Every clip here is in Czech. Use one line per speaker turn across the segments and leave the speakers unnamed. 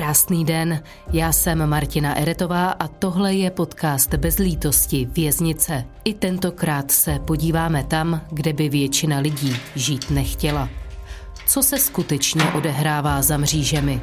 Krásný den, já jsem Martina Eretová a tohle je podcast Bez lítosti věznice. I tentokrát se podíváme tam, kde by většina lidí žít nechtěla. Co se skutečně odehrává za mřížemi?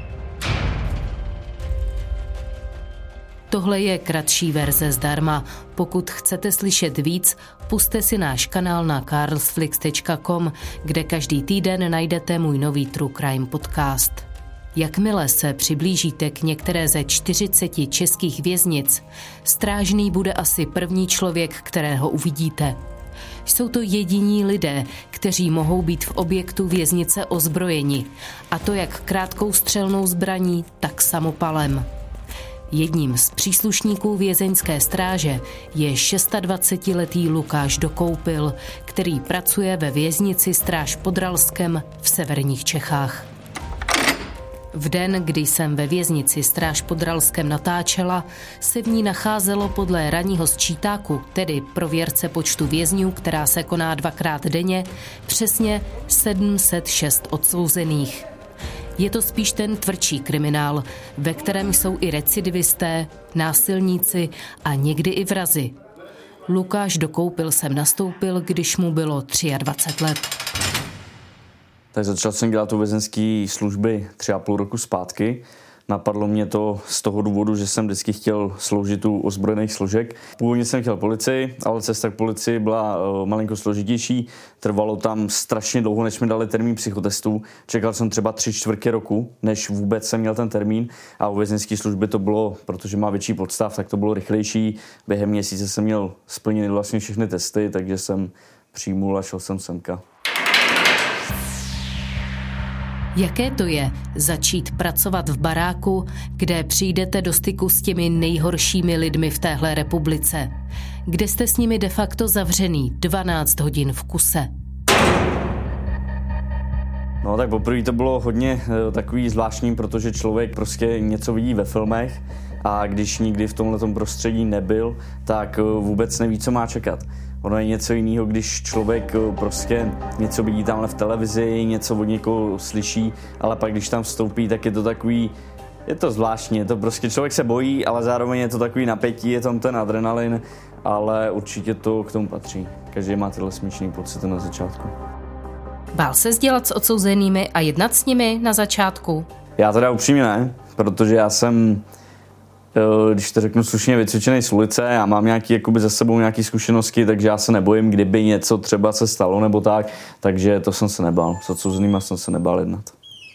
Tohle je kratší verze zdarma. Pokud chcete slyšet víc, pusťte si náš kanál na carlsflix.com, kde každý týden najdete můj nový True Crime podcast. Jakmile se přiblížíte k některé ze 40 českých věznic, strážný bude asi první člověk, kterého uvidíte. Jsou to jediní lidé, kteří mohou být v objektu věznice ozbrojeni, a to jak krátkou střelnou zbraní, tak samopalem. Jedním z příslušníků vězeňské stráže je 26letý Lukáš Dokoupil, který pracuje ve věznici Stráž pod Ralskem v severních Čechách. V den, kdy jsem ve věznici Stráž pod Ralskem natáčela, se v ní nacházelo podle ranního sčítáku, tedy prověrce počtu vězňů, která se koná 2krát denně, přesně 706 odsouzených. Je to spíš ten tvrdší kriminál, ve kterém jsou i recidivisté, násilníci a někdy i vrazi. Lukáš Dokoupil sem nastoupil, když mu bylo 23 let.
Tak začal jsem dělat u vězeňské služby 3,5 roku zpátky. Napadlo mě to z toho důvodu, že jsem vždycky chtěl sloužit u ozbrojených složek. Původně jsem chtěl policii, ale cesta k policii byla malinko složitější. Trvalo tam strašně dlouho, než mi dali termín psychotestu. Čekal jsem třeba 3/4 roku, než vůbec jsem měl ten termín. A u vězeňské služby to bylo, protože má větší podstav, tak to bylo rychlejší. Během měsíce jsem měl splněny vlastně všechny testy, takže jsem přijmul a šel jsem semka.
Jaké to je začít pracovat v baráku, kde přijdete do styku s těmi nejhoršími lidmi v téhle republice, kde jste s nimi de facto zavřený 12 hodin v kuse?
No tak poprvé to bylo hodně takový zvláštní, protože člověk prostě něco vidí ve filmech a když nikdy v tomhletom prostředí nebyl, tak vůbec neví, co má čekat. Ono je něco jiného, když člověk prostě něco vidí tamhle v televizi, něco od někoho slyší, ale pak když tam vstoupí, tak je to takový, je to zvláštní, je to prostě člověk se bojí, ale zároveň je to takový napětí, je tam ten adrenalin, ale určitě to k tomu patří. Každý má tyhle smíšený pocity na začátku.
Bál se dělat s odsouzenými a jednat s nimi na začátku?
Já teda upřímně ne, protože já jsem, když to řeknu slušně, vycvičený z ulice a mám nějaký, jakoby za sebou nějaké zkušenosti, takže já se nebojím, kdyby něco třeba se stalo nebo tak, takže to jsem se nebál. S odsouzenýma jsem se nebál jednat.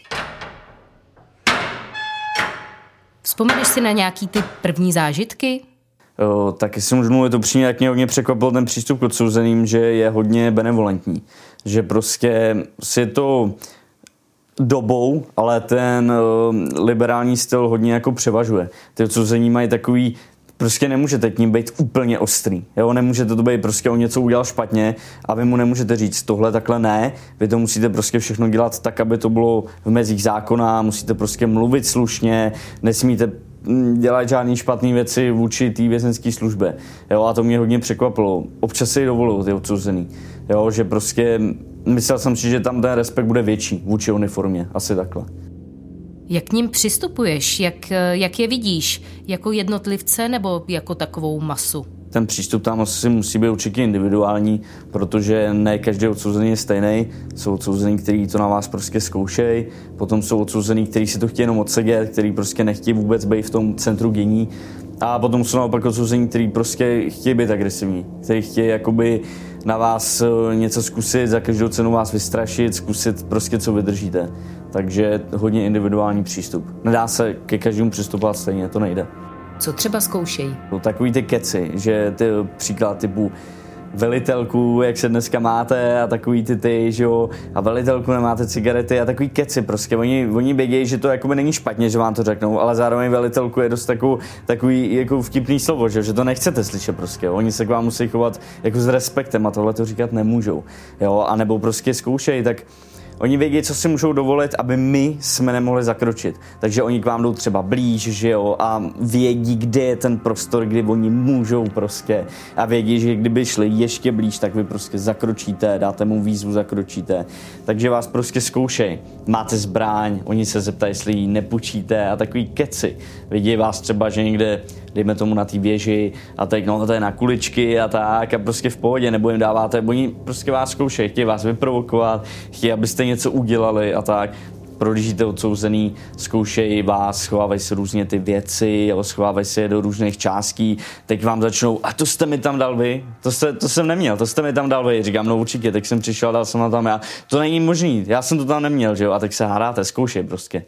Vzpomeneš si na nějaký ty první zážitky?
Tak jestli můžu mluvit upřímně, jak mě hodně překvapil ten přístup k odsouzeným, že je hodně benevolentní. Že prostě si to dobou, ale ten liberální styl hodně jako převažuje. Ty odsouzení mají takový, prostě nemůžete k ním být úplně ostrý. Jo? Nemůžete to být prostě o něco udělal špatně a vy mu nemůžete říct tohle takhle ne. Vy to musíte prostě všechno dělat tak, aby to bylo v mezích zákona, musíte prostě mluvit slušně, nesmíte dělat žádný špatný věci vůči té vězeňské službě. Jo? A to mě hodně překvapilo. Občas si dovolují ty odsouzený. Jo? Že prostě myslel jsem si, že tam ten respekt bude větší vůči uniformě. Asi takhle.
Jak k ním přistupuješ? Jak je vidíš? Jako jednotlivce nebo jako takovou masu?
Ten přístup tam asi musí být určitě individuální, protože ne každý odsouzený je stejný. Jsou odsouzení, kteří to na vás prostě zkoušejí, potom jsou odsouzení, kteří si to chtějí jenom odsedět, kteří prostě nechtějí vůbec být v tom centru dění. A potom jsou naopak odsouzení, kteří prostě chtějí být agresivní, kteří chtějí jakoby na vás něco zkusit, za každou cenu vás vystrašit, zkusit prostě, co vydržíte. Takže hodně individuální přístup. Nedá se ke každému přistupovat stejně, to nejde.
Co třeba zkoušej?
Takový ty keci, že ty příklad typu velitelku, jak se dneska máte a takový ty, že jo, a velitelku nemáte cigarety a takový keci prostě. Oni vědějí, že to jakoby není špatně, že vám to řeknou, ale zároveň velitelku je dost takový jako vtipný slovo, že to nechcete slyšet prostě. Oni se k vám musí chovat jako s respektem a tohle to říkat nemůžou. Jo, a nebo prostě zkoušej, tak Oni vědí, co si můžou dovolit, aby my jsme nemohli zakročit. Takže oni k vám jdou třeba blíž, že jo, a vědí, kde je ten prostor, kdy oni můžou prostě a vědí, že kdyby šli ještě blíž, tak vy prostě zakročíte, dáte mu výzvu, zakročíte. Takže vás prostě zkoušej. Máte zbraň, oni se zeptají, jestli ji nepůjčíte a takový keci. Vidí vás třeba, že někde, dejme tomu na té věži a teď no to je na kuličky a tak a prostě v pohodě, nebo jim dáváte, oni prostě vás zkoušejí, chtějí vás vyprovokovat, chtějí, abyste něco udělali a tak. Prohlížíte odsouzený, zkoušejí vás, schovávají se různě ty věci, schovávají se je do různých částí, teď vám začnou, a to jste mi tam dal vy, to jsem neměl, to jste mi tam dal vy, říkám, no určitě, tak jsem přišel, dal jsem tam já, to není možný, já jsem to tam neměl, že jo, a tak se hádáte, zkoušej prostě.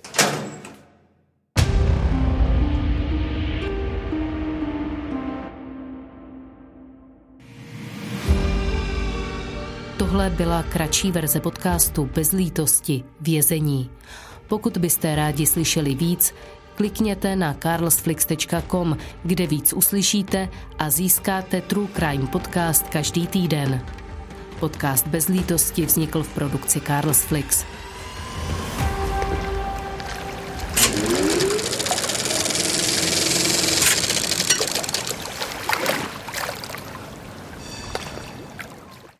Tohle byla kratší verze podcastu Bez lítosti – Vězení. Pokud byste rádi slyšeli víc, klikněte na carlsflix.com, kde víc uslyšíte a získáte True Crime podcast každý týden. Podcast Bez lítosti vznikl v produkci Carlsflix.